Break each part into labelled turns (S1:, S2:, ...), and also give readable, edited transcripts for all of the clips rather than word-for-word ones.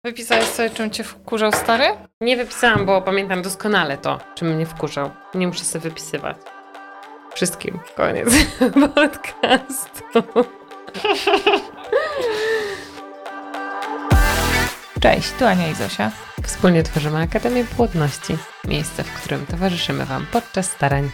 S1: Wypisałeś sobie, czym cię wkurzał stary? Nie wypisałam, bo pamiętam doskonale to, czym mnie wkurzał. Nie muszę sobie wypisywać. Wszystkim. Koniec podcastu.
S2: Cześć, tu Ania i Zosia.
S1: Wspólnie tworzymy Akademię Płodności. Miejsce, w którym towarzyszymy Wam podczas starań.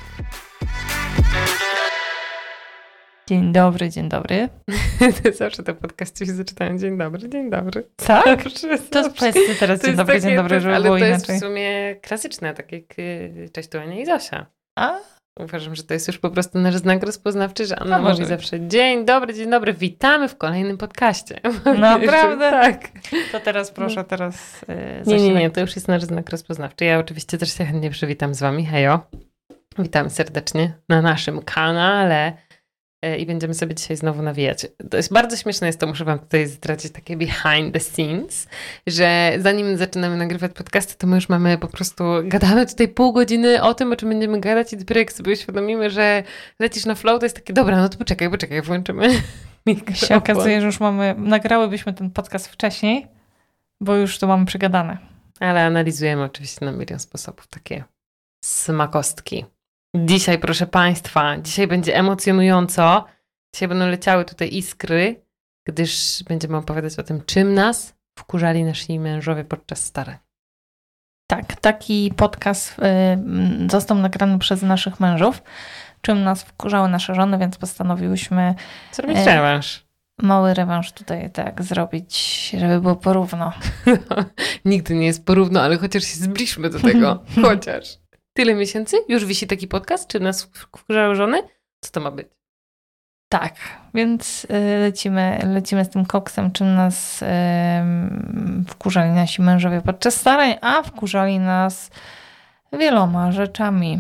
S2: Dzień dobry, dzień dobry.
S1: Zawsze te podcasty się zaczynają dzień dobry, dzień dobry.
S2: Tak?
S1: Zawsze.
S2: To powiedzcie teraz dzień dobry, dzień dobry, żeby było inaczej.
S1: Ale to jest w sumie klasyczne, tak jak cześć, tu Ania i Zosia.
S2: A?
S1: Uważam, że to jest już po prostu nasz znak rozpoznawczy, że Anna mówi zawsze dzień dobry, witamy w kolejnym podcaście.
S2: Naprawdę?
S1: Tak.
S2: To teraz proszę,
S1: Nie, to już jest nasz znak rozpoznawczy. Ja oczywiście też się chętnie przywitam z wami. Hejo. Witamy serdecznie na naszym kanale i będziemy sobie dzisiaj znowu nawijać. To jest bardzo śmieszne, muszę wam tutaj zdradzić takie behind the scenes, że zanim zaczynamy nagrywać podcasty, to my już mamy po prostu, gadamy tutaj pół godziny o tym, o czym będziemy gadać i dopiero jak sobie uświadomimy, że lecisz na flow, to jest takie, dobra, no to poczekaj, włączymy mikrofon.
S2: Się okazuje, że już nagrałybyśmy ten podcast wcześniej, bo już to mamy przegadane.
S1: Ale analizujemy oczywiście na milion sposobów takie smakostki. Dzisiaj, proszę Państwa, dzisiaj będzie emocjonująco. Dzisiaj będą leciały tutaj iskry, gdyż będziemy opowiadać o tym, czym nas wkurzali nasi mężowie podczas starań.
S2: Tak, taki podcast został nagrany przez naszych mężów, czym nas wkurzały nasze żony, więc postanowiłyśmy
S1: zrobić rewanż.
S2: Mały rewanż tutaj tak zrobić, żeby było porówno.
S1: Nigdy nie jest porówno, ale chociaż się zbliżmy do tego. Chociaż. Tyle miesięcy? Już wisi taki podcast? Czy nas wkurzały żony? Co to ma być?
S2: Tak, więc lecimy z tym koksem, czym nas wkurzali nasi mężowie podczas starań, a wkurzali nas wieloma rzeczami.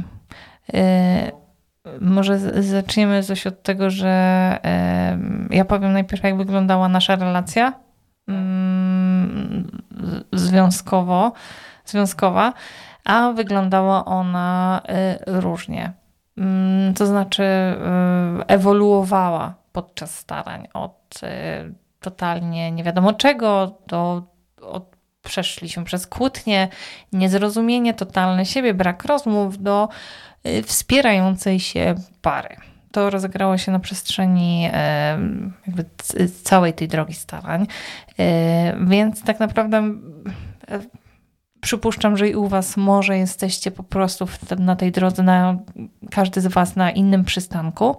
S2: Może zaczniemy coś od tego, że ja powiem najpierw, jak wyglądała nasza relacja związkowa, a wyglądała ona różnie. To znaczy ewoluowała podczas starań od totalnie nie wiadomo czego przeszliśmy przez kłótnie, niezrozumienie totalne siebie, brak rozmów do wspierającej się pary. To rozegrało się na przestrzeni jakby całej tej drogi starań, więc tak naprawdę przypuszczam, że i u was może jesteście po prostu na tej drodze, każdy z was na innym przystanku.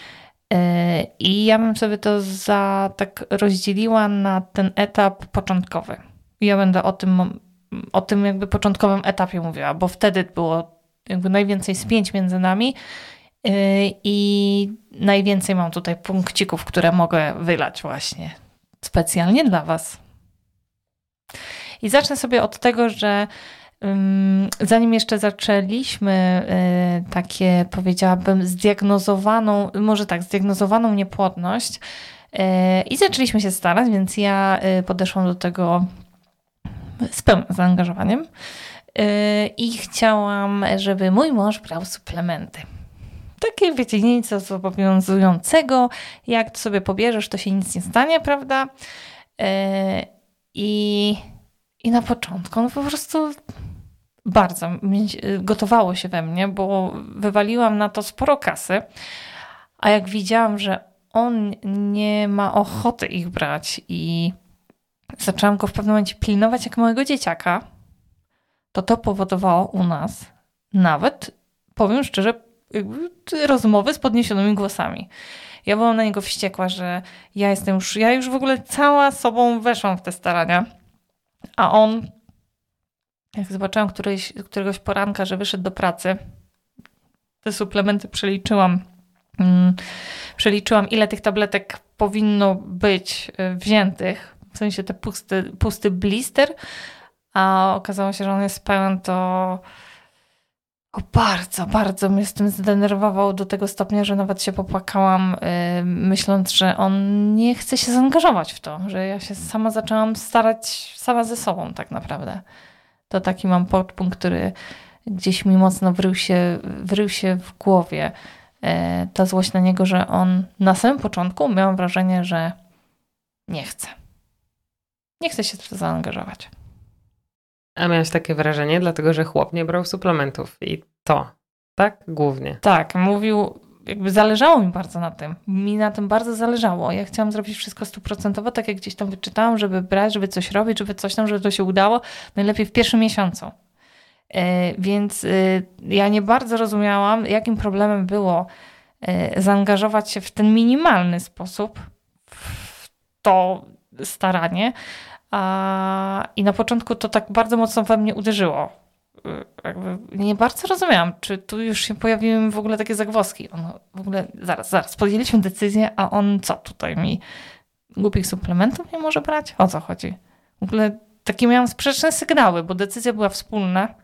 S2: I ja bym sobie to tak rozdzieliła na ten etap początkowy. Ja będę o tym jakby początkowym etapie mówiła, bo wtedy było jakby najwięcej spięć między nami i najwięcej mam tutaj punkcików, które mogę wylać właśnie specjalnie dla was. I zacznę sobie od tego, że zanim jeszcze zaczęliśmy takie, powiedziałabym, zdiagnozowaną niepłodność i zaczęliśmy się starać, więc ja podeszłam do tego z pełnym zaangażowaniem i chciałam, żeby mój mąż brał suplementy. Takie, wiecie, nic zobowiązującego. Jak to sobie pobierzesz, to się nic nie stanie, prawda? I na początku on po prostu bardzo gotowało się we mnie, bo wywaliłam na to sporo kasy, a jak widziałam, że on nie ma ochoty ich brać i zaczęłam go w pewnym momencie pilnować jak małego dzieciaka, to powodowało u nas nawet, powiem szczerze, rozmowy z podniesionymi głosami. Ja byłam na niego wściekła, że ja już w ogóle cała sobą weszłam w te starania, a on, jak zobaczyłam któregoś poranka, że wyszedł do pracy, te suplementy przeliczyłam, ile tych tabletek powinno być wziętych, w sensie te pusty blister, a okazało się, że on jest pełen, to bardzo, bardzo mnie z tym zdenerwował do tego stopnia, że nawet się popłakałam, myśląc, że on nie chce się zaangażować w to, że ja się sama zaczęłam starać sama ze sobą tak naprawdę. To taki mam podpunkt, który gdzieś mi mocno wrył się w głowie. Ta złość na niego, że on na samym początku miałam wrażenie, że nie chce. nie chce się w to zaangażować.
S1: A miałeś takie wrażenie, dlatego że chłop nie brał suplementów i to, tak? Głównie.
S2: Tak, mówił, jakby zależało mi bardzo na tym. Mi na tym bardzo zależało. Ja chciałam zrobić wszystko 100%, tak jak gdzieś tam wyczytałam, żeby brać, żeby coś robić, żeby coś tam, żeby to się udało. Najlepiej w pierwszym miesiącu. Więc ja nie bardzo rozumiałam, jakim problemem było zaangażować się w ten minimalny sposób w to staranie. I na początku to tak bardzo mocno we mnie uderzyło. Jakby nie bardzo rozumiałam, czy tu już się pojawiły w ogóle takie zagwozdki. Ono w ogóle, zaraz, podjęliśmy decyzję, a on co tutaj mi głupich suplementów nie może brać? O co chodzi? W ogóle takie miałam sprzeczne sygnały, bo decyzja była wspólna,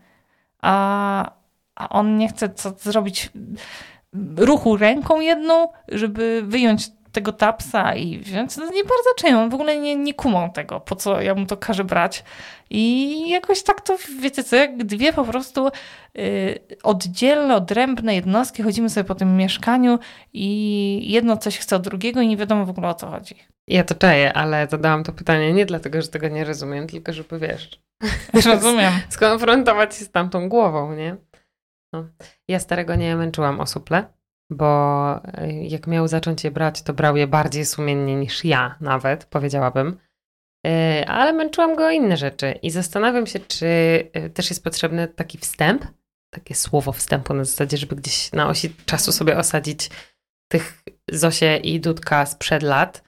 S2: a on nie chce zrobić ruchu ręką jedną, żeby wyjąć tego tapsa i wziąć. No nie bardzo czuję. On w ogóle nie kumał tego, po co ja mu to każę brać. I jakoś tak to, wiecie co, jak dwie po prostu oddzielne, odrębne jednostki, chodzimy sobie po tym mieszkaniu i jedno coś chce od drugiego i nie wiadomo w ogóle o co chodzi.
S1: Ja to czaję, ale zadałam to pytanie nie dlatego, że tego nie rozumiem, tylko żeby, wiesz...
S2: Rozumiem.
S1: Skonfrontować się z tamtą głową, nie? No. Ja starego nie męczyłam o suple, bo jak miał zacząć je brać, to brał je bardziej sumiennie niż ja nawet, powiedziałabym. Ale męczyłam go o inne rzeczy i zastanawiam się, czy też jest potrzebny taki wstęp, takie słowo wstępu na zasadzie, żeby gdzieś na osi czasu sobie osadzić tych Zosię i Dudka sprzed lat,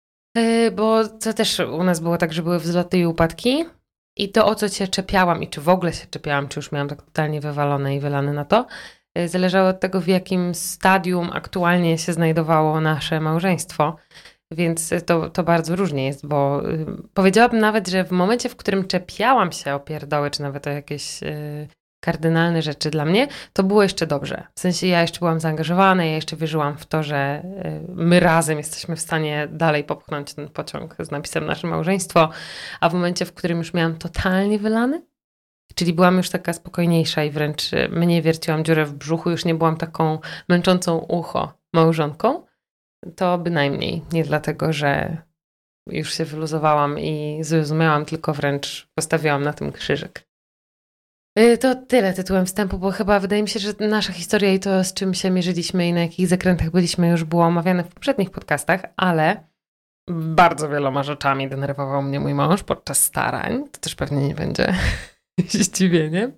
S1: bo to też u nas było tak, że były wzloty i upadki i to, o co się czepiałam i czy w ogóle się czepiałam, czy już miałam tak totalnie wywalone i wylane na to, zależało od tego, w jakim stadium aktualnie się znajdowało nasze małżeństwo. Więc to bardzo różnie jest, bo powiedziałabym nawet, że w momencie, w którym czepiałam się o pierdoły, czy nawet o jakieś kardynalne rzeczy dla mnie, to było jeszcze dobrze. W sensie ja jeszcze byłam zaangażowana, ja jeszcze wierzyłam w to, że my razem jesteśmy w stanie dalej popchnąć ten pociąg z napisem nasze małżeństwo, a w momencie, w którym już miałam totalnie wylany, czyli byłam już taka spokojniejsza i wręcz mniej wierciłam dziurę w brzuchu, już nie byłam taką męczącą ucho małżonką, to bynajmniej nie dlatego, że już się wyluzowałam i zrozumiałam, tylko wręcz postawiłam na tym krzyżyk. To tyle tytułem wstępu, bo chyba wydaje mi się, że nasza historia i to, z czym się mierzyliśmy i na jakich zakrętach byliśmy, już było omawiane w poprzednich podcastach, ale bardzo wieloma rzeczami denerwował mnie mój mąż podczas starań. To też pewnie nie będzie zdziwieniem.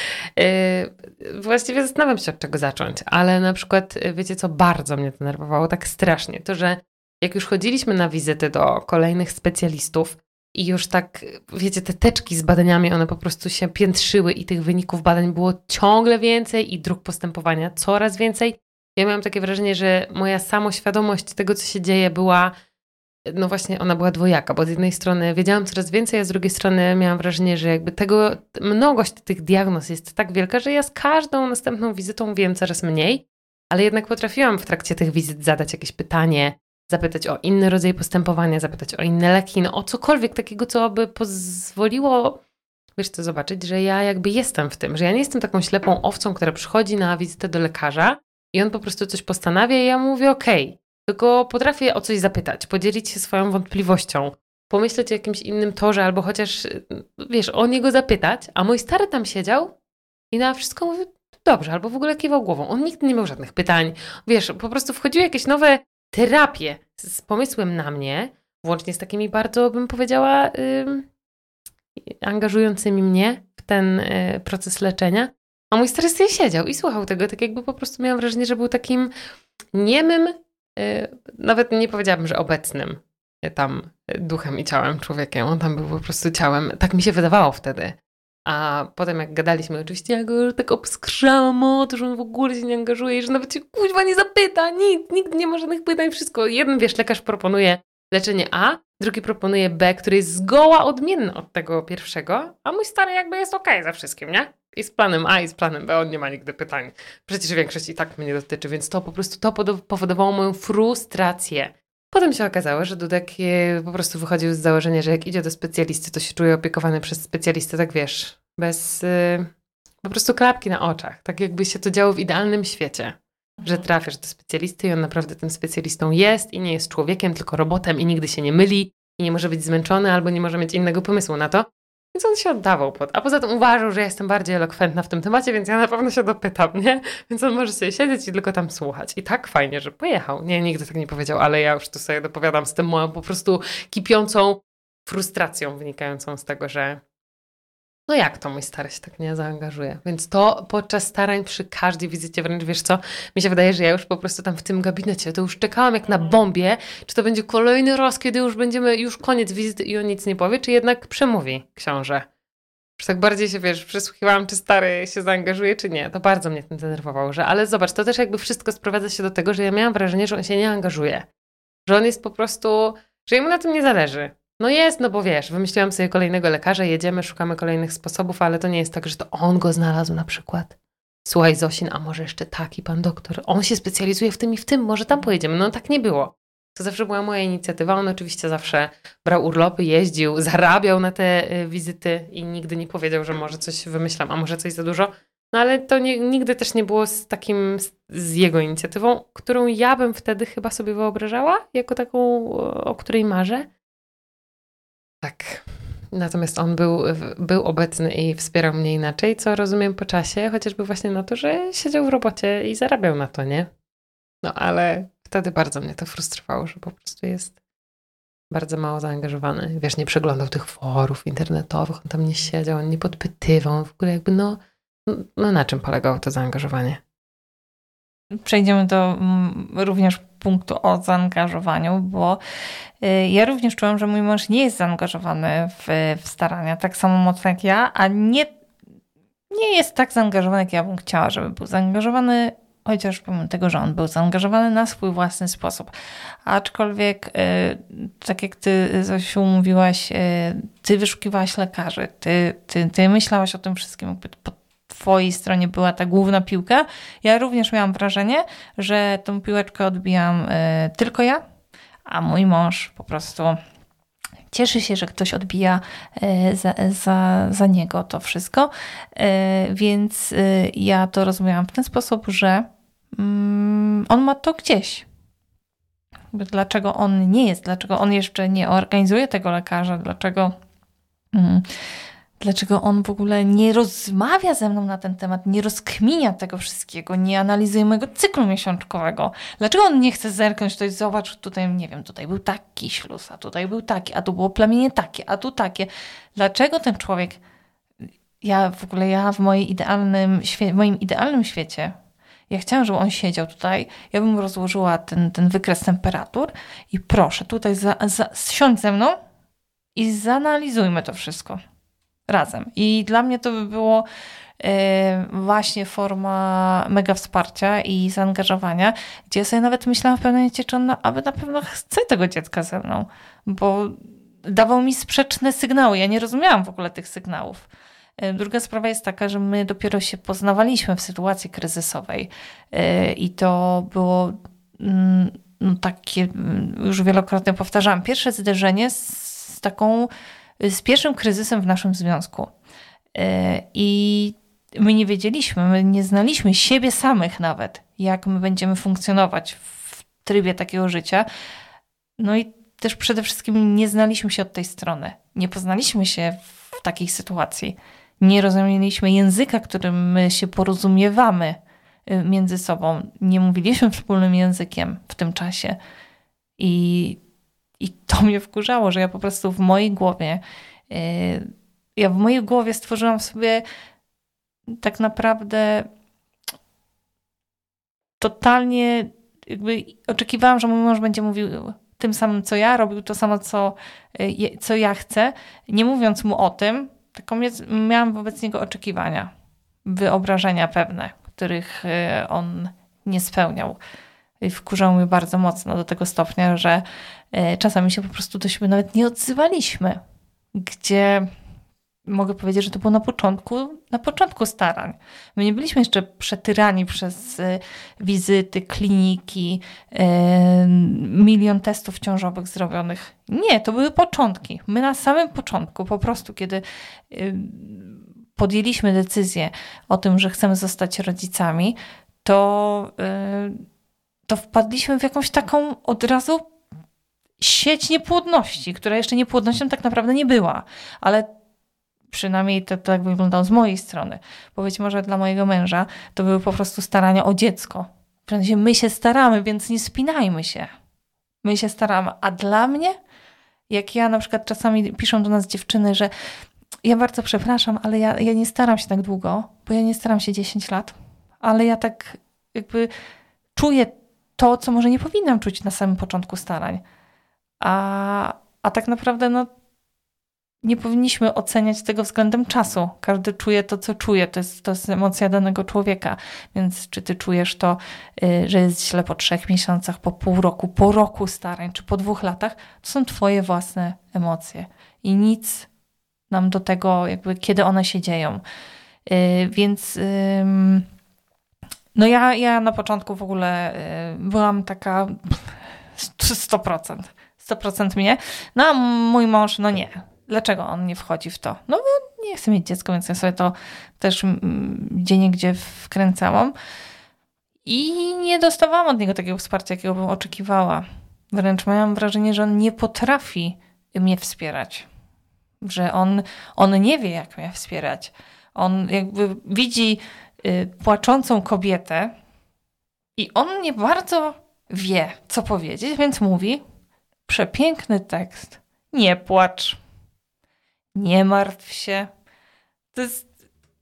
S1: Właściwie zastanawiam się, od czego zacząć, ale na przykład, wiecie co, bardzo mnie denerwowało tak strasznie, to, że jak już chodziliśmy na wizyty do kolejnych specjalistów i już tak, wiecie, te teczki z badaniami, one po prostu się piętrzyły i tych wyników badań było ciągle więcej i dróg postępowania coraz więcej. Ja miałam takie wrażenie, że moja samoświadomość tego, co się dzieje, była, no właśnie, ona była dwojaka, bo z jednej strony wiedziałam coraz więcej, a z drugiej strony miałam wrażenie, że jakby mnogość tych diagnoz jest tak wielka, że ja z każdą następną wizytą wiem coraz mniej, ale jednak potrafiłam w trakcie tych wizyt zadać jakieś pytanie, zapytać o inny rodzaj postępowania, zapytać o inne leki, no o cokolwiek takiego, co by pozwoliło, wiesz co, zobaczyć, że ja jakby jestem w tym, że ja nie jestem taką ślepą owcą, która przychodzi na wizytę do lekarza i on po prostu coś postanawia i ja mu mówię okej. Tylko potrafię o coś zapytać, podzielić się swoją wątpliwością, pomyśleć o jakimś innym torze, albo chociaż, wiesz, o niego zapytać, a mój stary tam siedział i na wszystko mówił dobrze, albo w ogóle kiwał głową. On nigdy nie miał żadnych pytań. Wiesz, po prostu wchodziły jakieś nowe terapie z pomysłem na mnie, włącznie z takimi bardzo, bym powiedziała, angażującymi mnie w ten proces leczenia. A mój stary sobie siedział i słuchał tego, tak jakby po prostu miałam wrażenie, że był takim niemym, nawet nie powiedziałabym, że obecnym tam duchem i ciałem człowiekiem. On tam był po prostu ciałem. Tak mi się wydawało wtedy. A potem jak gadaliśmy, oczywiście ja go tak obskrzałam o to, że on w ogóle się nie angażuje i że nawet się kuźwa nie zapyta, nikt nie ma żadnych pytań, wszystko. Jeden, wiesz, lekarz proponuje leczenie A, drugi proponuje B, który jest zgoła odmienny od tego pierwszego, a mój stary jakby jest okej ze wszystkim, nie? I z planem A, i z planem B, on nie ma nigdy pytań. Przecież większość i tak mnie dotyczy, więc to po prostu powodowało moją frustrację. Potem się okazało, że Dudek po prostu wychodził z założenia, że jak idzie do specjalisty, to się czuje opiekowany przez specjalistę, tak wiesz, bez po prostu klapki na oczach. Tak jakby się to działo w idealnym świecie. Że trafiasz do specjalisty i on naprawdę tym specjalistą jest i nie jest człowiekiem, tylko robotem i nigdy się nie myli i nie może być zmęczony albo nie może mieć innego pomysłu na to. Więc on się oddawał a poza tym uważał, że ja jestem bardziej elokwentna w tym temacie, więc ja na pewno się dopytam, nie? Więc on może sobie siedzieć i tylko tam słuchać. I tak fajnie, że pojechał. Nie, nigdy tak nie powiedział, ale ja już tu sobie dopowiadam z tym moją po prostu kipiącą frustracją wynikającą z tego, że no jak to mój stary się tak nie zaangażuje? Więc to podczas starań przy każdej wizycie, wręcz wiesz co, mi się wydaje, że ja już po prostu tam w tym gabinecie, to już czekałam jak na bombie, czy to będzie kolejny raz, kiedy już koniec wizyty i on nic nie powie, czy jednak przemówi książę. Już tak bardziej się, wiesz, przysłuchiwałam, czy stary się zaangażuje, czy nie. To bardzo mnie tym denerwowało, ale zobacz, to też jakby wszystko sprowadza się do tego, że ja miałam wrażenie, że on się nie angażuje. Że on jest po prostu, że jemu na tym nie zależy. No jest, no bo wiesz, wymyśliłam sobie kolejnego lekarza, jedziemy, szukamy kolejnych sposobów, ale to nie jest tak, że to on go znalazł na przykład. Słuchaj Zosin, a może jeszcze taki pan doktor, on się specjalizuje w tym i w tym, może tam pojedziemy. No tak nie było. To zawsze była moja inicjatywa, on oczywiście zawsze brał urlopy, jeździł, zarabiał na te wizyty i nigdy nie powiedział, że może coś wymyślam, a może coś za dużo. No ale to nigdy też nie było z jego inicjatywą, którą ja bym wtedy chyba sobie wyobrażała, jako taką, o której marzę. Tak. Natomiast on był obecny i wspierał mnie inaczej, co rozumiem po czasie, chociażby właśnie na to, że siedział w robocie i zarabiał na to, nie? No ale wtedy bardzo mnie to frustrowało, że po prostu jest bardzo mało zaangażowany. Wiesz, nie przeglądał tych forów internetowych, on tam nie siedział, on nie podpytywał, w ogóle jakby no na czym polegało to zaangażowanie?
S2: Przejdziemy do również punktu o zaangażowaniu, bo ja również czułam, że mój mąż nie jest zaangażowany w starania tak samo mocno jak ja, a nie jest tak zaangażowany, jak ja bym chciała, żeby był zaangażowany, chociaż pomimo tego, że on był zaangażowany na swój własny sposób. Aczkolwiek, tak jak ty, Zosiu, mówiłaś, ty wyszukiwałaś lekarzy, ty myślałaś o tym wszystkim, jakby po twojej stronie była ta główna piłka. Ja również miałam wrażenie, że tą piłeczkę odbijam tylko ja, a mój mąż po prostu cieszy się, że ktoś odbija za niego to wszystko. Więc ja to rozumiałam w ten sposób, że on ma to gdzieś. Dlaczego on nie jest? Dlaczego on jeszcze nie organizuje tego lekarza? Dlaczego on w ogóle nie rozmawia ze mną na ten temat, nie rozkminia tego wszystkiego, nie analizuje mojego cyklu miesiączkowego? Dlaczego on nie chce zerknąć, to jest zobacz, tutaj, nie wiem, tutaj był taki śluz, a tutaj był taki, a tu było plemienie takie, a tu takie. Dlaczego ten człowiek, ja w moim idealnym świecie, ja chciałam, żeby on siedział tutaj, ja bym rozłożyła ten wykres temperatur i proszę, tutaj siądź ze mną i zanalizujmy to wszystko. Razem. I dla mnie to by było właśnie forma mega wsparcia i zaangażowania, gdzie ja sobie nawet myślałam w pewnym momencie, czy on aby na pewno chce tego dziecka ze mną, bo dawał mi sprzeczne sygnały. Ja nie rozumiałam w ogóle tych sygnałów. Druga sprawa jest taka, że my dopiero się poznawaliśmy w sytuacji kryzysowej i to było takie, już wielokrotnie powtarzałam, pierwsze zderzenie z pierwszym kryzysem w naszym związku. I my nie wiedzieliśmy, my nie znaliśmy siebie samych nawet, jak my będziemy funkcjonować w trybie takiego życia. No i też przede wszystkim nie znaliśmy się od tej strony. Nie poznaliśmy się w takiej sytuacji. Nie rozumieliśmy języka, którym my się porozumiewamy między sobą. Nie mówiliśmy wspólnym językiem w tym czasie. I to mnie wkurzało, że ja po prostu w mojej głowie stworzyłam sobie tak naprawdę totalnie, jakby oczekiwałam, że mój mąż będzie mówił tym samym, co ja, robił to samo, co ja chcę, nie mówiąc mu o tym, tylko miałam wobec niego oczekiwania, wyobrażenia pewne, których on nie spełniał. I wkurzał mnie bardzo mocno do tego stopnia, że czasami się po prostu do siebie nawet nie odzywaliśmy. Gdzie mogę powiedzieć, że to było na początku starań. My nie byliśmy jeszcze przetyrani przez wizyty, kliniki, milion testów ciążowych zrobionych. Nie, to były początki. My na samym początku, po prostu kiedy podjęliśmy decyzję o tym, że chcemy zostać rodzicami, to wpadliśmy w jakąś taką od razu sieć niepłodności, która jeszcze niepłodnością tak naprawdę nie była, ale przynajmniej to tak wyglądało z mojej strony, bo być może dla mojego męża to były po prostu starania o dziecko. W sensie my się staramy, więc nie spinajmy się. My się staramy. A dla mnie, jak ja na przykład czasami piszą do nas dziewczyny, że ja bardzo przepraszam, ale ja nie staram się tak długo, bo ja nie staram się 10 lat, ale ja tak jakby czuję to, co może nie powinnam czuć na samym początku starań. A tak naprawdę nie powinniśmy oceniać tego względem czasu. Każdy czuje to, co czuje. To jest emocja danego człowieka. Więc czy ty czujesz to, że jest źle po 3 miesiącach, po pół roku, po roku starań, czy po 2 latach, to są twoje własne emocje. I nic nam do tego, jakby kiedy one się dzieją. Więc ja na początku w ogóle byłam taka 100%. 100% mnie. No a mój mąż, nie. Dlaczego on nie wchodzi w to? No bo nie chce mieć dziecka, więc ja sobie to też gdzieniegdzie wkręcałam. I nie dostawałam od niego takiego wsparcia, jakiego bym oczekiwała. Wręcz miałam wrażenie, że on nie potrafi mnie wspierać. Że on nie wie, jak mnie wspierać. On jakby widzi płaczącą kobietę i on nie bardzo wie, co powiedzieć, więc mówi przepiękny tekst. Nie płacz. Nie martw się. To jest...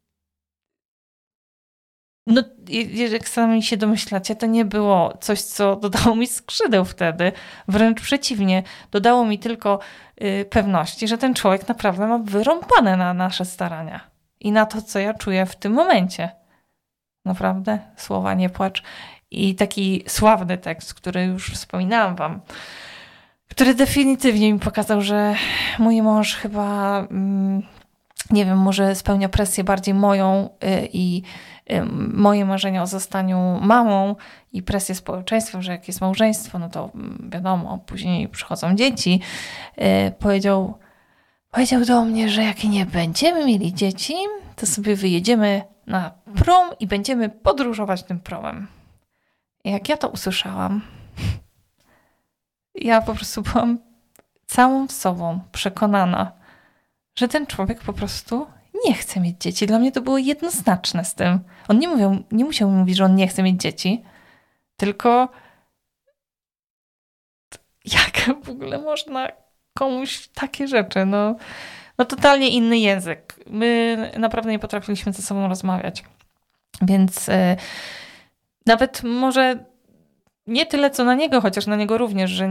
S2: jak sami się domyślacie, to nie było coś, co dodało mi skrzydeł wtedy. Wręcz przeciwnie. Dodało mi tylko pewności, że ten człowiek naprawdę ma wyrąbane na nasze starania. I na to, co ja czuję w tym momencie. Naprawdę, słowa nie płacz. I taki sławny tekst, który już wspominałam wam, który definitywnie mi pokazał, że mój mąż chyba, nie wiem, może spełnia presję bardziej moją i moje marzenia o zostaniu mamą i presję społeczeństwa, że jak jest małżeństwo, no to wiadomo, później przychodzą dzieci. Powiedział do mnie, że jak nie będziemy mieli dzieci, to sobie wyjedziemy na prom i będziemy podróżować tym promem. I jak ja to usłyszałam, ja po prostu byłam całą sobą przekonana, że ten człowiek po prostu nie chce mieć dzieci. Dla mnie to było jednoznaczne z tym. On nie musiał mi mówić, że on nie chce mieć dzieci, tylko jak w ogóle można komuś takie rzeczy? No totalnie inny język. My naprawdę nie potrafiliśmy ze sobą rozmawiać. Więc nawet może nie tyle, co na niego, chociaż na niego również, że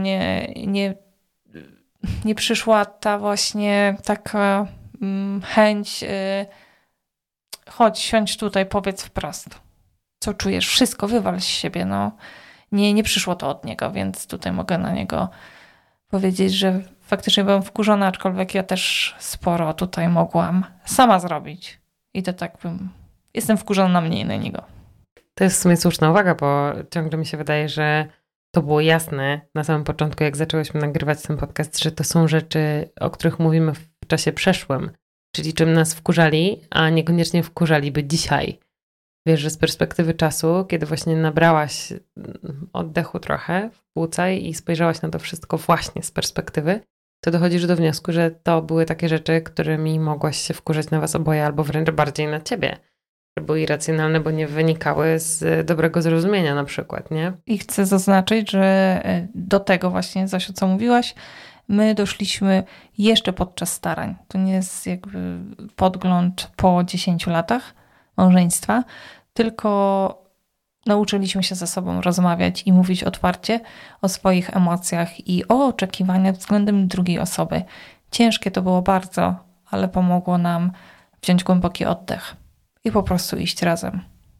S2: nie przyszła ta właśnie taka chęć chodź, siądź tutaj, powiedz wprost. Co czujesz? Wszystko wywal z siebie. Nie przyszło to od niego, więc tutaj mogę na niego powiedzieć, że faktycznie byłam wkurzona, aczkolwiek ja też sporo tutaj mogłam sama zrobić. I to tak jestem wkurzona na mnie i na niego.
S1: To jest w sumie słuszna uwaga, bo ciągle mi się wydaje, że to było jasne na samym początku, jak zaczęłyśmy nagrywać ten podcast, że to są rzeczy, o których mówimy w czasie przeszłym. Czyli czym nas wkurzali, a niekoniecznie wkurzaliby dzisiaj. Wiesz, że z perspektywy czasu, kiedy właśnie nabrałaś oddechu trochę w płuca i spojrzałaś na to wszystko właśnie z perspektywy, to dochodzisz do wniosku, że to były takie rzeczy, którymi mogłaś się wkurzać na was oboje, albo wręcz bardziej na ciebie. Że były irracjonalne, bo nie wynikały z dobrego zrozumienia na przykład, nie?
S2: I chcę zaznaczyć, że do tego właśnie, Zosiu, co mówiłaś, my doszliśmy jeszcze podczas starań. To nie jest jakby podgląd po 10 latach małżeństwa, tylko nauczyliśmy się ze sobą rozmawiać i mówić otwarcie o swoich emocjach i o oczekiwaniach względem drugiej osoby. Ciężkie to było bardzo, ale pomogło nam wziąć głęboki oddech i po prostu iść razem.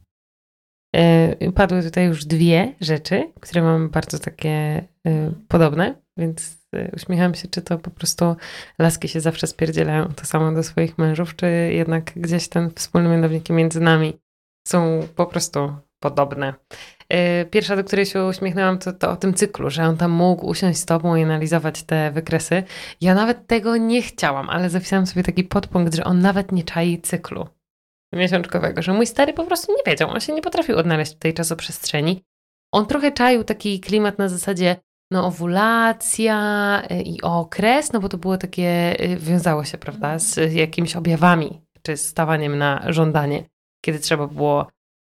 S1: Padły tutaj już 2 rzeczy, które mam bardzo takie podobne, więc uśmiecham się, czy to po prostu laski się zawsze spierdzielają to samo do swoich mężów, czy jednak gdzieś ten wspólny mianownik między nami są po prostu podobne. Pierwsza, do której się uśmiechnęłam, to o tym cyklu, że on tam mógł usiąść z tobą i analizować te wykresy. Ja nawet tego nie chciałam, ale zapisałam sobie taki podpunkt, że on nawet nie czai cyklu miesiączkowego, że mój stary po prostu nie wiedział, on się nie potrafił odnaleźć w tej czasoprzestrzeni. On trochę czaił taki klimat na zasadzie, owulacja i okres, no bo to było takie, wiązało się, prawda, z jakimiś objawami, czy z stawaniem na żądanie, kiedy trzeba było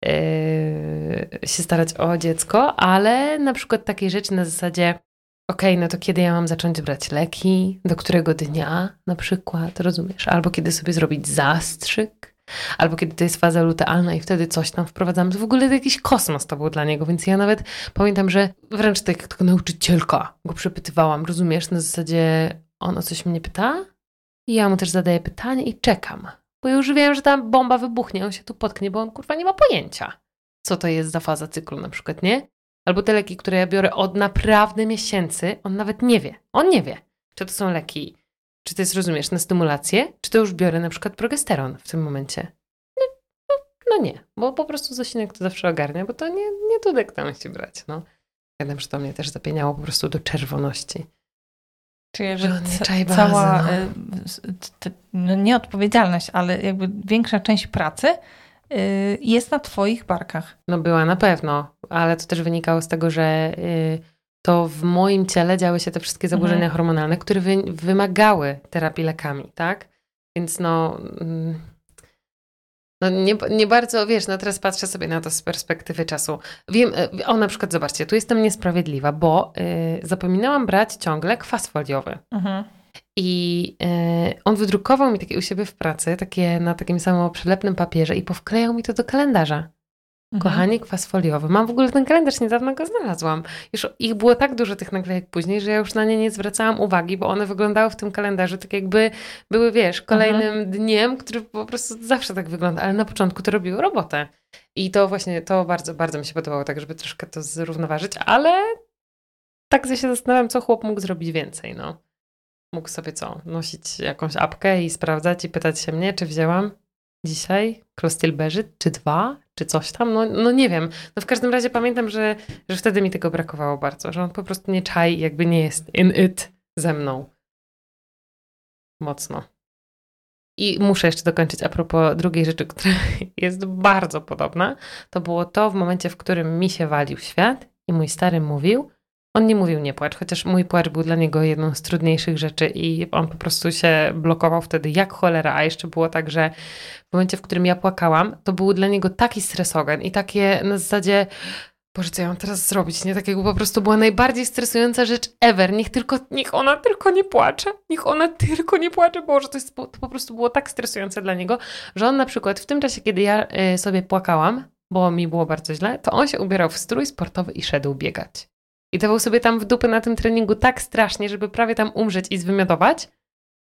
S1: się starać o dziecko, ale na przykład takiej rzeczy na zasadzie no to kiedy ja mam zacząć brać leki, do którego dnia na przykład, rozumiesz? Albo kiedy sobie zrobić zastrzyk, albo kiedy to jest faza lutealna i wtedy coś tam wprowadzamy. To w ogóle jakiś kosmos to był dla niego, więc ja nawet pamiętam, że wręcz tak jak nauczycielka go przepytywałam, rozumiesz? Na zasadzie on o coś mnie pyta i ja mu też zadaję pytanie i czekam. Bo już wiem, że ta bomba wybuchnie, on się tu potknie, bo on kurwa nie ma pojęcia, co to jest za faza cyklu na przykład, nie? Albo te leki, które ja biorę od naprawdę miesięcy, on nawet nie wie. On nie wie, czy to są leki, czy to jest, rozumiesz, na stymulację, czy to już biorę na przykład progesteron w tym momencie. No nie, bo po prostu Zosinek to zawsze ogarnia, bo to nie Dudek tam musi brać, no. Pamiętam, że to mnie też zapieniało po prostu do czerwoności.
S2: Czyli że cała, no nieodpowiedzialność, ale jakby większa część pracy jest na twoich barkach.
S1: No była na pewno, ale to też wynikało z tego, że to w moim ciele działy się te wszystkie zaburzenia hormonalne, które wymagały terapii lekami, tak? Więc nie bardzo, wiesz, no teraz patrzę sobie na to z perspektywy czasu. Wiem, na przykład, zobaczcie, tu jestem niesprawiedliwa, bo zapominałam brać ciągle kwas foliowy. I on wydrukował mi takie u siebie w pracy, takie na takim samym przylepnym papierze i powklejał mi to do kalendarza. Kochanie, kwas foliowy. Mam w ogóle ten kalendarz, niedawno go znalazłam. Już ich było tak dużo tych naklejek później, że ja już na nie nie zwracałam uwagi, bo one wyglądały w tym kalendarzu tak jakby były, wiesz, kolejnym dniem, który po prostu zawsze tak wygląda, ale na początku to robiło robotę. I to właśnie, to bardzo, bardzo mi się podobało, tak żeby troszkę to zrównoważyć, ale tak się zastanawiam, co chłop mógł zrobić więcej, no. Mógł sobie nosić jakąś apkę i sprawdzać i pytać się mnie, czy wzięłam dzisiaj Clostilberzy, czy 2, czy coś tam, no nie wiem. No w każdym razie pamiętam, że wtedy mi tego brakowało bardzo, że on po prostu nie czai, jakby nie jest in it ze mną. Mocno. I muszę jeszcze dokończyć a propos drugiej rzeczy, która jest bardzo podobna. To było to w momencie, w którym mi się walił świat i mój stary mówił, on nie mówił nie płacz, chociaż mój płacz był dla niego jedną z trudniejszych rzeczy i on po prostu się blokował wtedy jak cholera, a jeszcze było tak, że w momencie, w którym ja płakałam, to był dla niego taki stresogen i takie na zasadzie, Boże, co ja mam teraz zrobić, nie? Tak jakby po prostu była najbardziej stresująca rzecz ever. Niech ona tylko nie płacze. Niech ona tylko nie płacze. Boże, to po prostu było tak stresujące dla niego, że on na przykład w tym czasie, kiedy ja sobie płakałam, bo mi było bardzo źle, to on się ubierał w strój sportowy i szedł biegać. I dawał sobie tam w dupy na tym treningu tak strasznie, żeby prawie tam umrzeć i zwymiotować.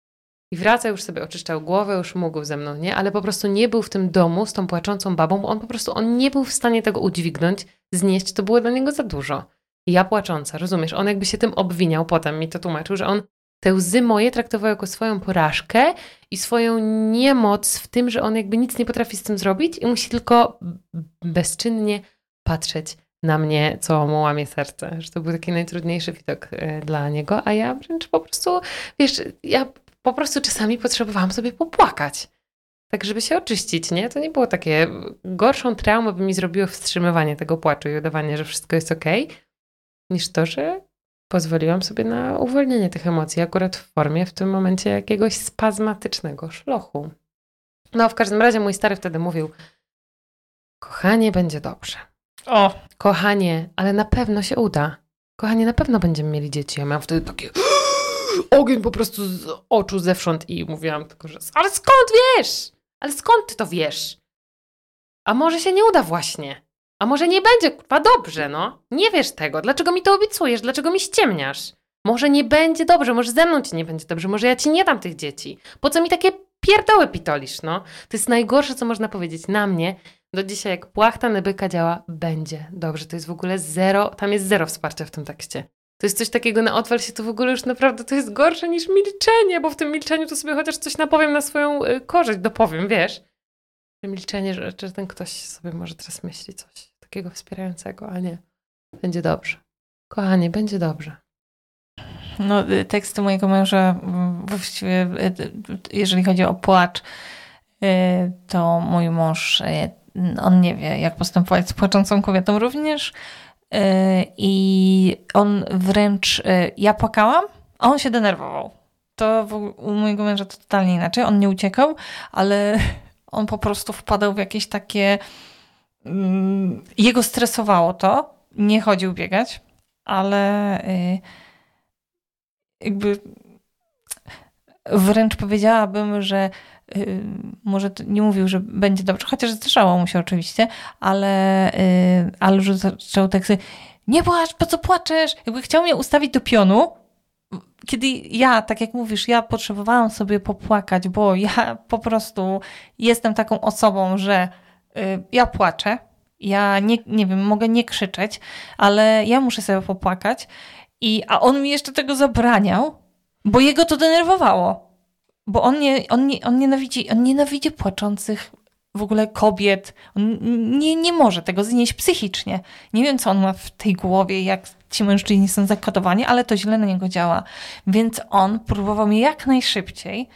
S1: I wraca, już sobie oczyszczał głowę, już mógł ze mną, nie? Ale po prostu nie był w tym domu z tą płaczącą babą, bo on nie był w stanie tego udźwignąć, znieść. To było dla niego za dużo. I ja płacząca, rozumiesz? On jakby się tym obwiniał, potem mi to tłumaczył, że on te łzy moje traktował jako swoją porażkę i swoją niemoc w tym, że on jakby nic nie potrafi z tym zrobić i musi tylko bezczynnie patrzeć na mnie, co mu łamie serce. Że to był taki najtrudniejszy widok dla niego, a ja wręcz po prostu, wiesz, ja po prostu czasami potrzebowałam sobie popłakać. Tak, żeby się oczyścić, nie? To nie było takie... Gorszą traumę by mi zrobiło wstrzymywanie tego płaczu i udawanie, że wszystko jest okej, niż to, że pozwoliłam sobie na uwolnienie tych emocji, akurat w formie w tym momencie jakiegoś spazmatycznego szlochu. No, w każdym razie mój stary wtedy mówił, kochanie, będzie dobrze.
S2: O!
S1: Kochanie, ale na pewno się uda. Kochanie, na pewno będziemy mieli dzieci. Ja miałam wtedy takie ogień po prostu z oczu zewsząd i mówiłam tylko, że ale skąd wiesz? Ale skąd ty to wiesz? A może się nie uda właśnie? A może nie będzie, kurwa, dobrze, no? Nie wiesz tego. Dlaczego mi to obiecujesz? Dlaczego mi ściemniasz? Może nie będzie dobrze, może ze mną ci nie będzie dobrze, może ja ci nie dam tych dzieci. Po co mi takie pierdoły pitolisz, no? To jest najgorsze, co można powiedzieć na mnie. Do dzisiaj, jak płachta na byka działa, będzie dobrze. To jest w ogóle zero, tam jest zero wsparcia w tym tekście. To jest coś takiego, na odwal się to w ogóle już naprawdę, to jest gorsze niż milczenie, bo w tym milczeniu to sobie chociaż coś napowiem na swoją korzyść, dopowiem, wiesz? Milczenie, że ten ktoś sobie może teraz myśli coś takiego wspierającego, a nie. Będzie dobrze. Kochanie, będzie dobrze.
S2: No, teksty mojego męża, właściwie jeżeli chodzi o płacz, to mój mąż, on nie wie, jak postępować z płaczącą kobietą również. I on wręcz, ja płakałam, a on się denerwował. To u mojego męża to totalnie inaczej. On nie uciekał, ale on po prostu wpadał w jakieś takie... Jego stresowało to. Nie chodził biegać, ale jakby wręcz powiedziałabym, że może nie mówił, że będzie dobrze, chociaż zdarzało mu się oczywiście, ale już zaczął tak sobie, nie płacz, po co płaczesz? Jakby chciał mnie ustawić do pionu, kiedy ja, tak jak mówisz, ja potrzebowałam sobie popłakać, bo ja po prostu jestem taką osobą, że ja płaczę, ja nie wiem, mogę nie krzyczeć, ale ja muszę sobie popłakać, a on mi jeszcze tego zabraniał, bo jego to denerwowało. Bo on nienawidzi płaczących w ogóle kobiet. On nie może tego znieść psychicznie. Nie wiem, co on ma w tej głowie, jak ci mężczyźni są zakodowani, ale to źle na niego działa. Więc on próbował mnie jak najszybciej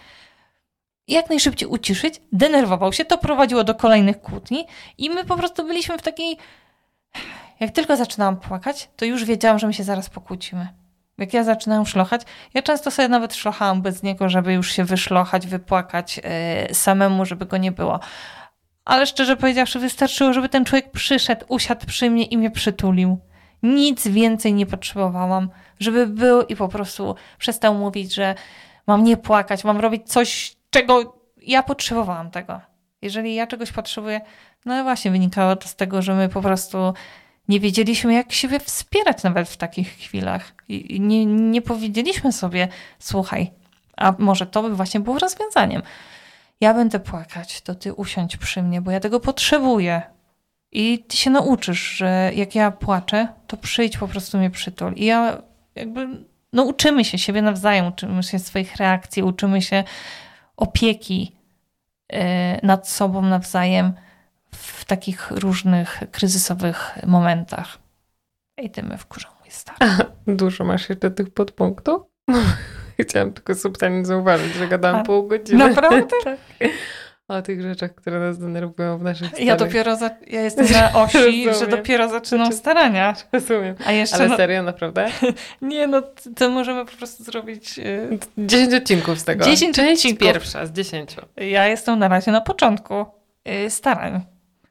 S2: uciszyć, denerwował się, to prowadziło do kolejnych kłótni i my po prostu byliśmy w takiej... Jak tylko zaczynałam płakać, to już wiedziałam, że my się zaraz pokłócimy. Jak ja zaczynałam szlochać, ja często sobie nawet szlochałam bez niego, żeby już się wyszlochać, wypłakać samemu, żeby go nie było. Ale szczerze powiedziawszy, wystarczyło, żeby ten człowiek przyszedł, usiadł przy mnie i mnie przytulił. Nic więcej nie potrzebowałam, żeby był i po prostu przestał mówić, że mam nie płakać, mam robić coś, czego ja potrzebowałam tego. Jeżeli ja czegoś potrzebuję, no właśnie wynikało to z tego, że my po prostu nie wiedzieliśmy, jak siebie wspierać nawet w takich chwilach. I nie powiedzieliśmy sobie, słuchaj, a może to by właśnie było rozwiązaniem. Ja będę płakać, to ty usiądź przy mnie, bo ja tego potrzebuję. I ty się nauczysz, że jak ja płaczę, to przyjdź po prostu mnie przytul. I ja jakby, no uczymy się siebie nawzajem, uczymy się swoich reakcji, uczymy się opieki nad sobą nawzajem w takich różnych kryzysowych momentach. I ty mnie wkurzał, mój stary.
S1: Dużo masz jeszcze tych podpunktów? Chciałam tylko subtelnie zauważyć, że gadałam pół godziny.
S2: Naprawdę?
S1: Tak. O tych rzeczach, które nas denerwują w naszych
S2: Ja jestem na osi, że dopiero zaczynam starania.
S1: Rozumiem.
S2: A
S1: ale serio, naprawdę?
S2: Nie, no to możemy po prostu zrobić
S1: 10 odcinków z tego.
S2: 10 odcinków.
S1: Pierwsza z 10.
S2: Ja jestem na razie na początku starań.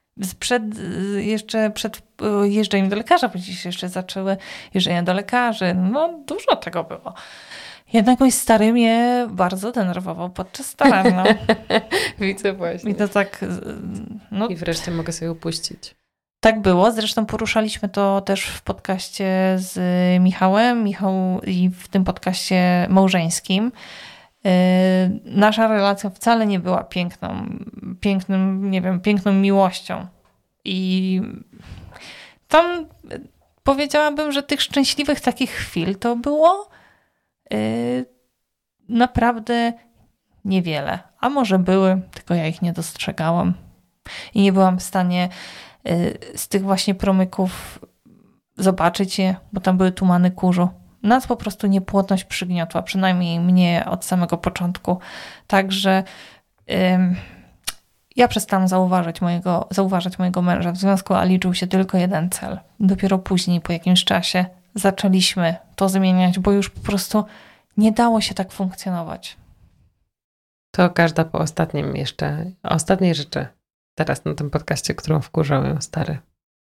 S2: Jeszcze przed jeżdżeniem do lekarza, bo dziś jeszcze zaczęły jeżdżenia do lekarzy. No dużo tego było. Jednak mój stary mnie bardzo denerwował podczas starań. No.
S1: Widzę właśnie.
S2: I to tak... No,
S1: i wreszcie mogę sobie upuścić.
S2: Tak było. Zresztą poruszaliśmy to też w podcaście z Michałem. Michał i w tym podcaście małżeńskim. Nasza relacja wcale nie była piękną miłością. I tam powiedziałabym, że tych szczęśliwych takich chwil to było naprawdę niewiele. A może były, tylko ja ich nie dostrzegałam. I nie byłam w stanie z tych właśnie promyków zobaczyć je, bo tam były tumany kurzu. Nas po prostu niepłodność przygniotła, przynajmniej mnie od samego początku. Także ja przestałam zauważać mojego męża. W związku a liczył się tylko jeden cel. Dopiero później, po jakimś czasie, zaczęliśmy to zmieniać, bo już po prostu nie dało się tak funkcjonować.
S1: To każda po ostatniej rzeczy teraz na tym podcaście, którą wkurzał ją stary.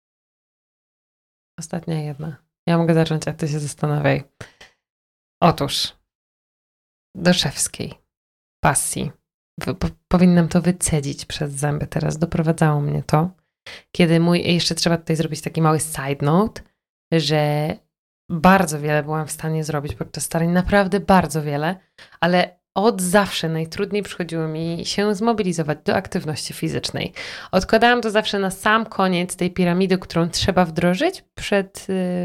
S1: Ostatnia jedna. Ja mogę zacząć, a ty się zastanawiaj. Otóż do szewskiej pasji powinnam to wycedzić przez zęby teraz. Doprowadzało mnie to, kiedy jeszcze trzeba tutaj zrobić taki mały side note, że bardzo wiele byłam w stanie zrobić podczas starań, naprawdę bardzo wiele, ale od zawsze najtrudniej przychodziło mi się zmobilizować do aktywności fizycznej. Odkładałam to zawsze na sam koniec tej piramidy, którą trzeba wdrożyć przed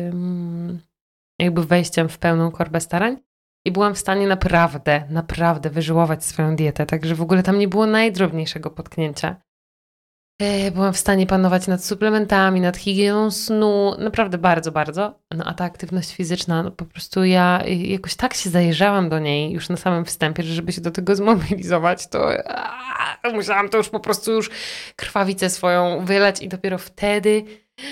S1: jakby wejściem w pełną korbę starań i byłam w stanie naprawdę wyżyłować swoją dietę, także w ogóle tam nie było najdrobniejszego potknięcia. Byłam w stanie panować nad suplementami, nad higieną snu, naprawdę bardzo, bardzo. No a ta aktywność fizyczna, no po prostu ja jakoś tak się zajeżdżałam do niej już na samym wstępie, że żeby się do tego zmobilizować, to musiałam to już po prostu krwawicę swoją wylać i dopiero wtedy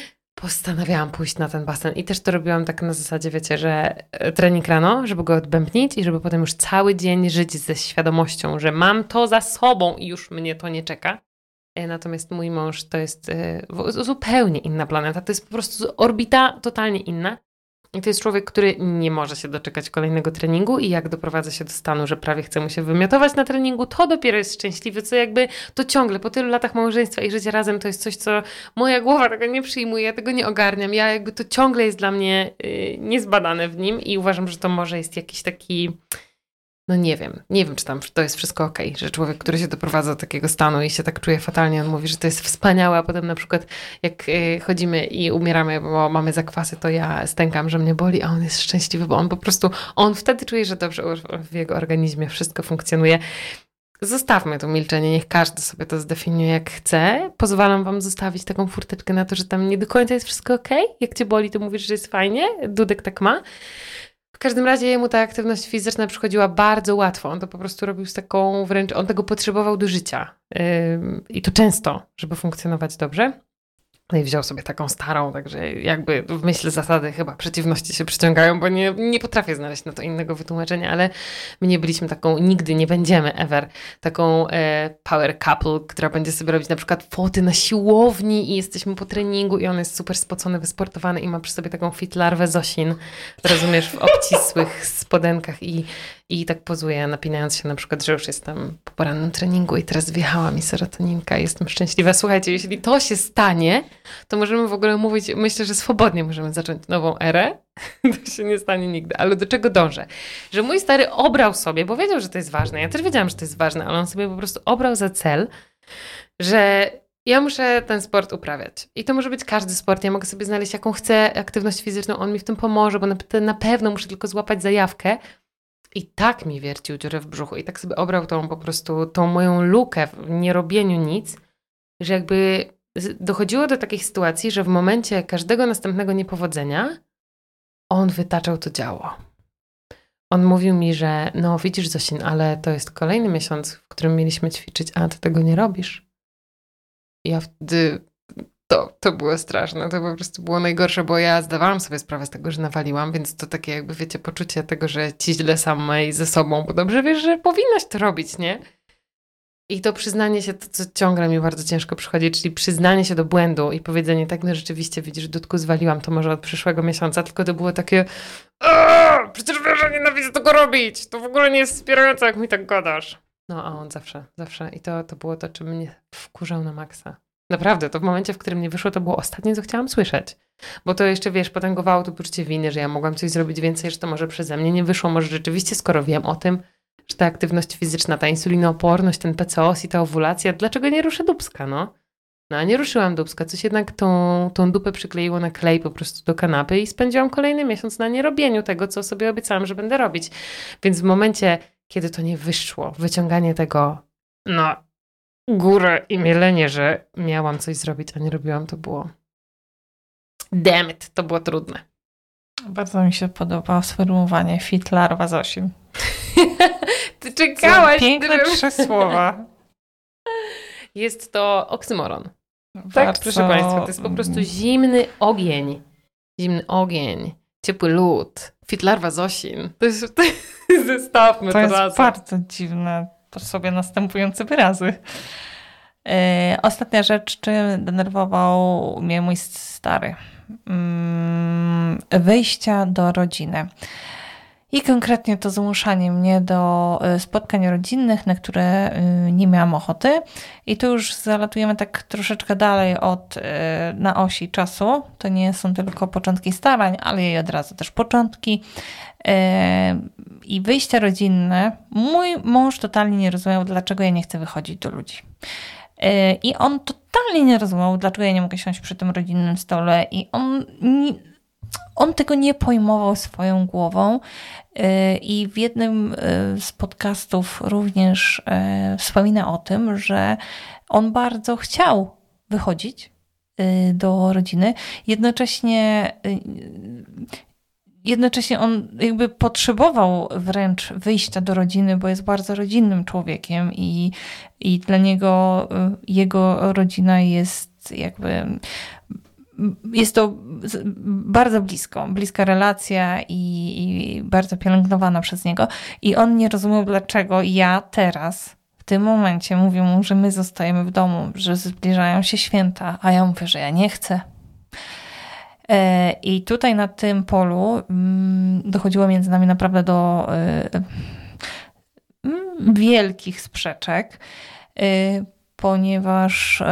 S1: postanawiałam pójść na ten basen i też to robiłam tak na zasadzie, wiecie, że trening rano, żeby go odbębnić i żeby potem już cały dzień żyć ze świadomością, że mam to za sobą i już mnie to nie czeka. Natomiast mój mąż to jest zupełnie inna planeta, to jest po prostu orbita totalnie inna. I to jest człowiek, który nie może się doczekać kolejnego treningu i jak doprowadza się do stanu, że prawie chce mu się wymiotować na treningu, to dopiero jest szczęśliwy, co jakby to ciągle po tylu latach małżeństwa i życia razem to jest coś, co moja głowa tego nie przyjmuje, ja tego nie ogarniam. Ja jakby to ciągle jest dla mnie niezbadane w nim i uważam, że to może jest jakiś taki... No nie wiem, czy tam to jest wszystko okej, że człowiek, który się doprowadza do takiego stanu i się tak czuje fatalnie, on mówi, że to jest wspaniałe, a potem na przykład jak chodzimy i umieramy, bo mamy zakwasy, to ja stękam, że mnie boli, a on jest szczęśliwy, bo on po prostu, on wtedy czuje, że dobrze w jego organizmie wszystko funkcjonuje. Zostawmy to milczenie, niech każdy sobie to zdefiniuje jak chce. Pozwalam wam zostawić taką furteczkę na to, że tam nie do końca jest wszystko okej. Jak cię boli, to mówisz, że jest fajnie. Dudek tak ma. W każdym razie jemu ta aktywność fizyczna przychodziła bardzo łatwo. On to po prostu robił z taką wręcz, on tego potrzebował do życia. I to często, żeby funkcjonować dobrze. No i wziął sobie taką starą, także jakby w myśl zasady chyba przeciwności się przyciągają, bo nie potrafię znaleźć na to innego wytłumaczenia, ale my nie byliśmy taką, nigdy nie będziemy ever taką power couple, która będzie sobie robić na przykład foty na siłowni i jesteśmy po treningu i on jest super spocony, wysportowany i ma przy sobie taką fit larwę Zosin, rozumiesz, w obcisłych spodenkach i tak pozuje, napinając się na przykład, że już jestem po porannym treningu i teraz wjechała mi serotoninka i jestem szczęśliwa. Słuchajcie, jeśli to się stanie, to możemy w ogóle mówić, myślę, że swobodnie możemy zacząć nową erę. To się nie stanie nigdy. Ale do czego dążę? Że mój stary obrał sobie, bo wiedział, że to jest ważne. Ja też wiedziałam, że to jest ważne, ale on sobie po prostu obrał za cel, że ja muszę ten sport uprawiać. I to może być każdy sport. Ja mogę sobie znaleźć, jaką chcę aktywność fizyczną. On mi w tym pomoże, bo na pewno muszę tylko złapać zajawkę. I tak mi wiercił dziurę w brzuchu. I tak sobie obrał tą moją lukę w nierobieniu nic, że jakby dochodziło do takiej sytuacji, że w momencie każdego następnego niepowodzenia on wytaczał to działo. On mówił mi, że no widzisz Zosin, ale to jest kolejny miesiąc, w którym mieliśmy ćwiczyć, a ty tego nie robisz. I ja wtedy... To było straszne, to po prostu było najgorsze, bo ja zdawałam sobie sprawę z tego, że nawaliłam, więc to takie jakby, wiecie, poczucie tego, że ci źle samej ze sobą, bo dobrze wiesz, że powinnaś to robić, nie? I to przyznanie się, to co ciągle mi bardzo ciężko przychodzi, czyli przyznanie się do błędu i powiedzenie tak, no rzeczywiście, widzisz, Dudku, zwaliłam to może od przyszłego miesiąca, tylko to było takie przecież wiesz, że nienawidzę tego robić, to w ogóle nie jest wspierające, jak mi tak gadasz. No, a on zawsze i to było to, czym mnie wkurzał na maksa. Naprawdę, to w momencie, w którym nie wyszło, to było ostatnie, co chciałam słyszeć. Bo to jeszcze, wiesz, potęgowało to poczucie winy, że ja mogłam coś zrobić więcej, że to może przeze mnie nie wyszło. Może rzeczywiście, skoro wiem o tym, że ta aktywność fizyczna, ta insulinooporność, ten PCOS i ta owulacja, dlaczego nie ruszę dupska, no? No, a nie ruszyłam dupska. Coś jednak tą dupę przykleiło na klej po prostu do kanapy i spędziłam kolejny miesiąc na nierobieniu tego, co sobie obiecałam, że będę robić. Więc w momencie, kiedy to nie wyszło, wyciąganie tego, no... górę i mielenie, że miałam coś zrobić, a nie robiłam, to było damn it, to było trudne.
S2: Bardzo mi się podobało sformułowanie fit larwa Zosin.
S1: Ty czekałaś.
S2: Piękne 3 słowa.
S1: Jest to oksymoron.
S2: Bardzo...
S1: Tak, proszę Państwa, to jest po prostu zimny ogień. Zimny ogień, ciepły lód, fit larwa Zosin. Zestawmy to razem.
S2: To jest bardzo dziwne. To sobie następujące wyrazy. Ostatnia rzecz, czym denerwował mnie mój stary. Wyjścia do rodziny. I konkretnie to zmuszanie mnie do spotkań rodzinnych, na które nie miałam ochoty. I tu już zalatujemy tak troszeczkę dalej na osi czasu. To nie są tylko początki starań, ale i od razu też początki. I wyjścia rodzinne. Mój mąż totalnie nie rozumiał, dlaczego ja nie chcę wychodzić do ludzi. I on totalnie nie rozumiał, dlaczego ja nie mogę siąść przy tym rodzinnym stole. I on tego nie pojmował swoją głową. I w jednym z podcastów również wspomina o tym, że on bardzo chciał wychodzić do rodziny. Jednocześnie on jakby potrzebował wręcz wyjścia do rodziny, bo jest bardzo rodzinnym człowiekiem i dla niego jego rodzina jest jakby jest to bardzo bliska relacja i bardzo pielęgnowana przez niego. I on nie rozumiał, dlaczego ja teraz w tym momencie mówię mu, że my zostajemy w domu, że zbliżają się święta, a ja mówię, że ja nie chcę. I tutaj na tym polu dochodziło między nami naprawdę do wielkich sprzeczek, ponieważ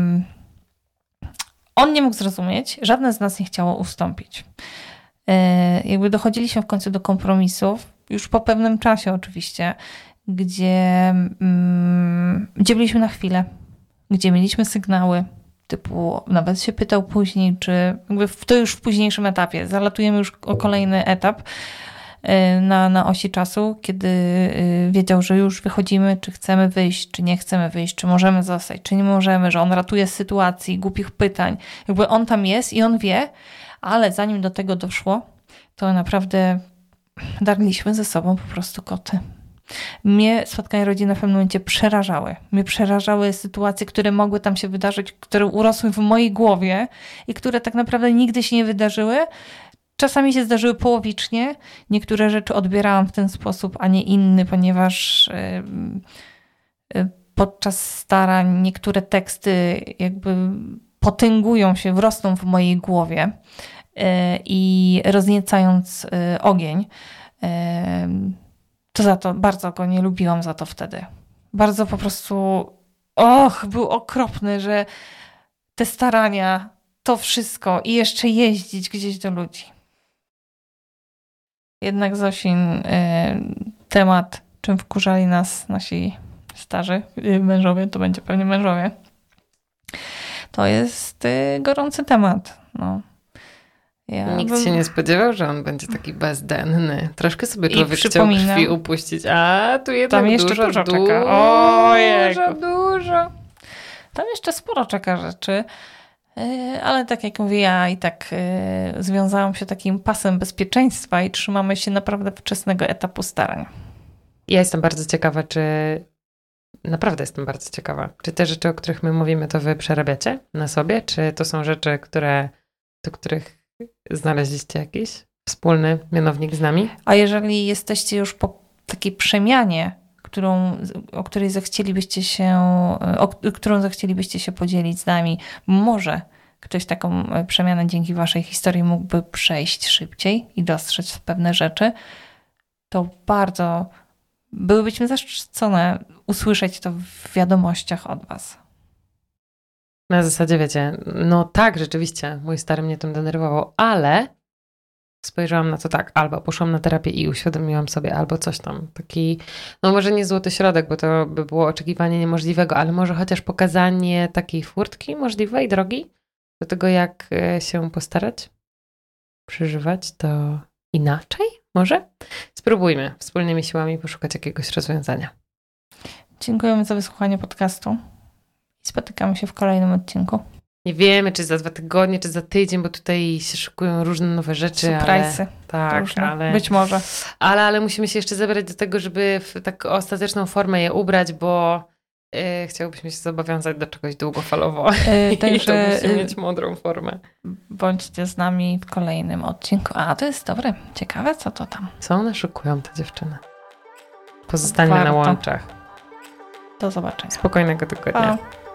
S2: on nie mógł zrozumieć, żadne z nas nie chciało ustąpić. Jakby dochodziliśmy w końcu do kompromisów, już po pewnym czasie oczywiście, gdzie byliśmy na chwilę, gdzie mieliśmy sygnały, typu nawet się pytał później, czy jakby to już w późniejszym etapie, zalatujemy już o kolejny etap na osi czasu, kiedy wiedział, że już wychodzimy, czy chcemy wyjść, czy nie chcemy wyjść, czy możemy zostać, czy nie możemy, że on ratuje z sytuacji, głupich pytań. Jakby on tam jest i on wie, ale zanim do tego doszło, to naprawdę darliśmy ze sobą po prostu koty. Mnie spotkania rodziny w pewnym momencie przerażały. Mnie przerażały sytuacje, które mogły tam się wydarzyć, które urosły w mojej głowie i które tak naprawdę nigdy się nie wydarzyły. Czasami się zdarzyły połowicznie. Niektóre rzeczy odbierałam w ten sposób, a nie inny, ponieważ podczas starań niektóre teksty jakby potęgują się, wrosną w mojej głowie i rozniecając ogień. To za to bardzo go nie lubiłam za to wtedy. Bardzo po prostu był okropny, że te starania, to wszystko i jeszcze jeździć gdzieś do ludzi. Jednak Zosin temat, czym wkurzali nas nasi starzy mężowie, to będzie pewnie mężowie, to jest gorący temat. No.
S1: Nikt się nie spodziewał, że on będzie taki bezdenny. Troszkę sobie człowiek chciał krwi upuścić, a tu jednak
S2: tam jeszcze dużo czeka. Dużo. Tam jeszcze sporo czeka rzeczy. Ale tak jak mówię, ja i tak związałam się takim pasem bezpieczeństwa i trzymamy się naprawdę wczesnego etapu starań.
S1: Ja jestem bardzo ciekawa, naprawdę jestem bardzo ciekawa, czy te rzeczy, o których my mówimy, to wy przerabiacie na sobie, czy to są rzeczy, do których znaleźliście jakiś wspólny mianownik z nami?
S2: A jeżeli jesteście już po takiej przemianie, którą zechcielibyście się podzielić z nami, może ktoś taką przemianę dzięki waszej historii mógłby przejść szybciej i dostrzec pewne rzeczy, to bardzo byłybyśmy zaszczycone usłyszeć to w wiadomościach od was.
S1: Na zasadzie, wiecie, no tak, rzeczywiście, mój stary mnie tym denerwował, ale spojrzałam na to tak, albo poszłam na terapię i uświadomiłam sobie, albo coś tam, taki, no może nie złoty środek, bo to by było oczekiwanie niemożliwego, ale może chociaż pokazanie takiej furtki możliwej, drogi, do tego jak się postarać, przeżywać to inaczej, może? Spróbujmy wspólnymi siłami poszukać jakiegoś rozwiązania.
S2: Dziękujemy za wysłuchanie podcastu i spotykamy się w kolejnym odcinku.
S1: Nie wiemy, czy za 2 tygodnie, czy za tydzień, bo tutaj się szykują różne nowe rzeczy.
S2: Surprise'y.
S1: Tak, ale...
S2: Być może.
S1: Ale musimy się jeszcze zebrać do tego, żeby w tak ostateczną formę je ubrać, bo chciałbyśmy się zobowiązać do czegoś długofalowo. I to musi mieć mądrą formę.
S2: Bądźcie z nami w kolejnym odcinku. A, to jest dobre. Ciekawe, co to tam.
S1: Co one szykują, te dziewczyny? Pozostańmy na łączach.
S2: Do zobaczenia.
S1: Spokojnego tygodnia.
S2: Pa.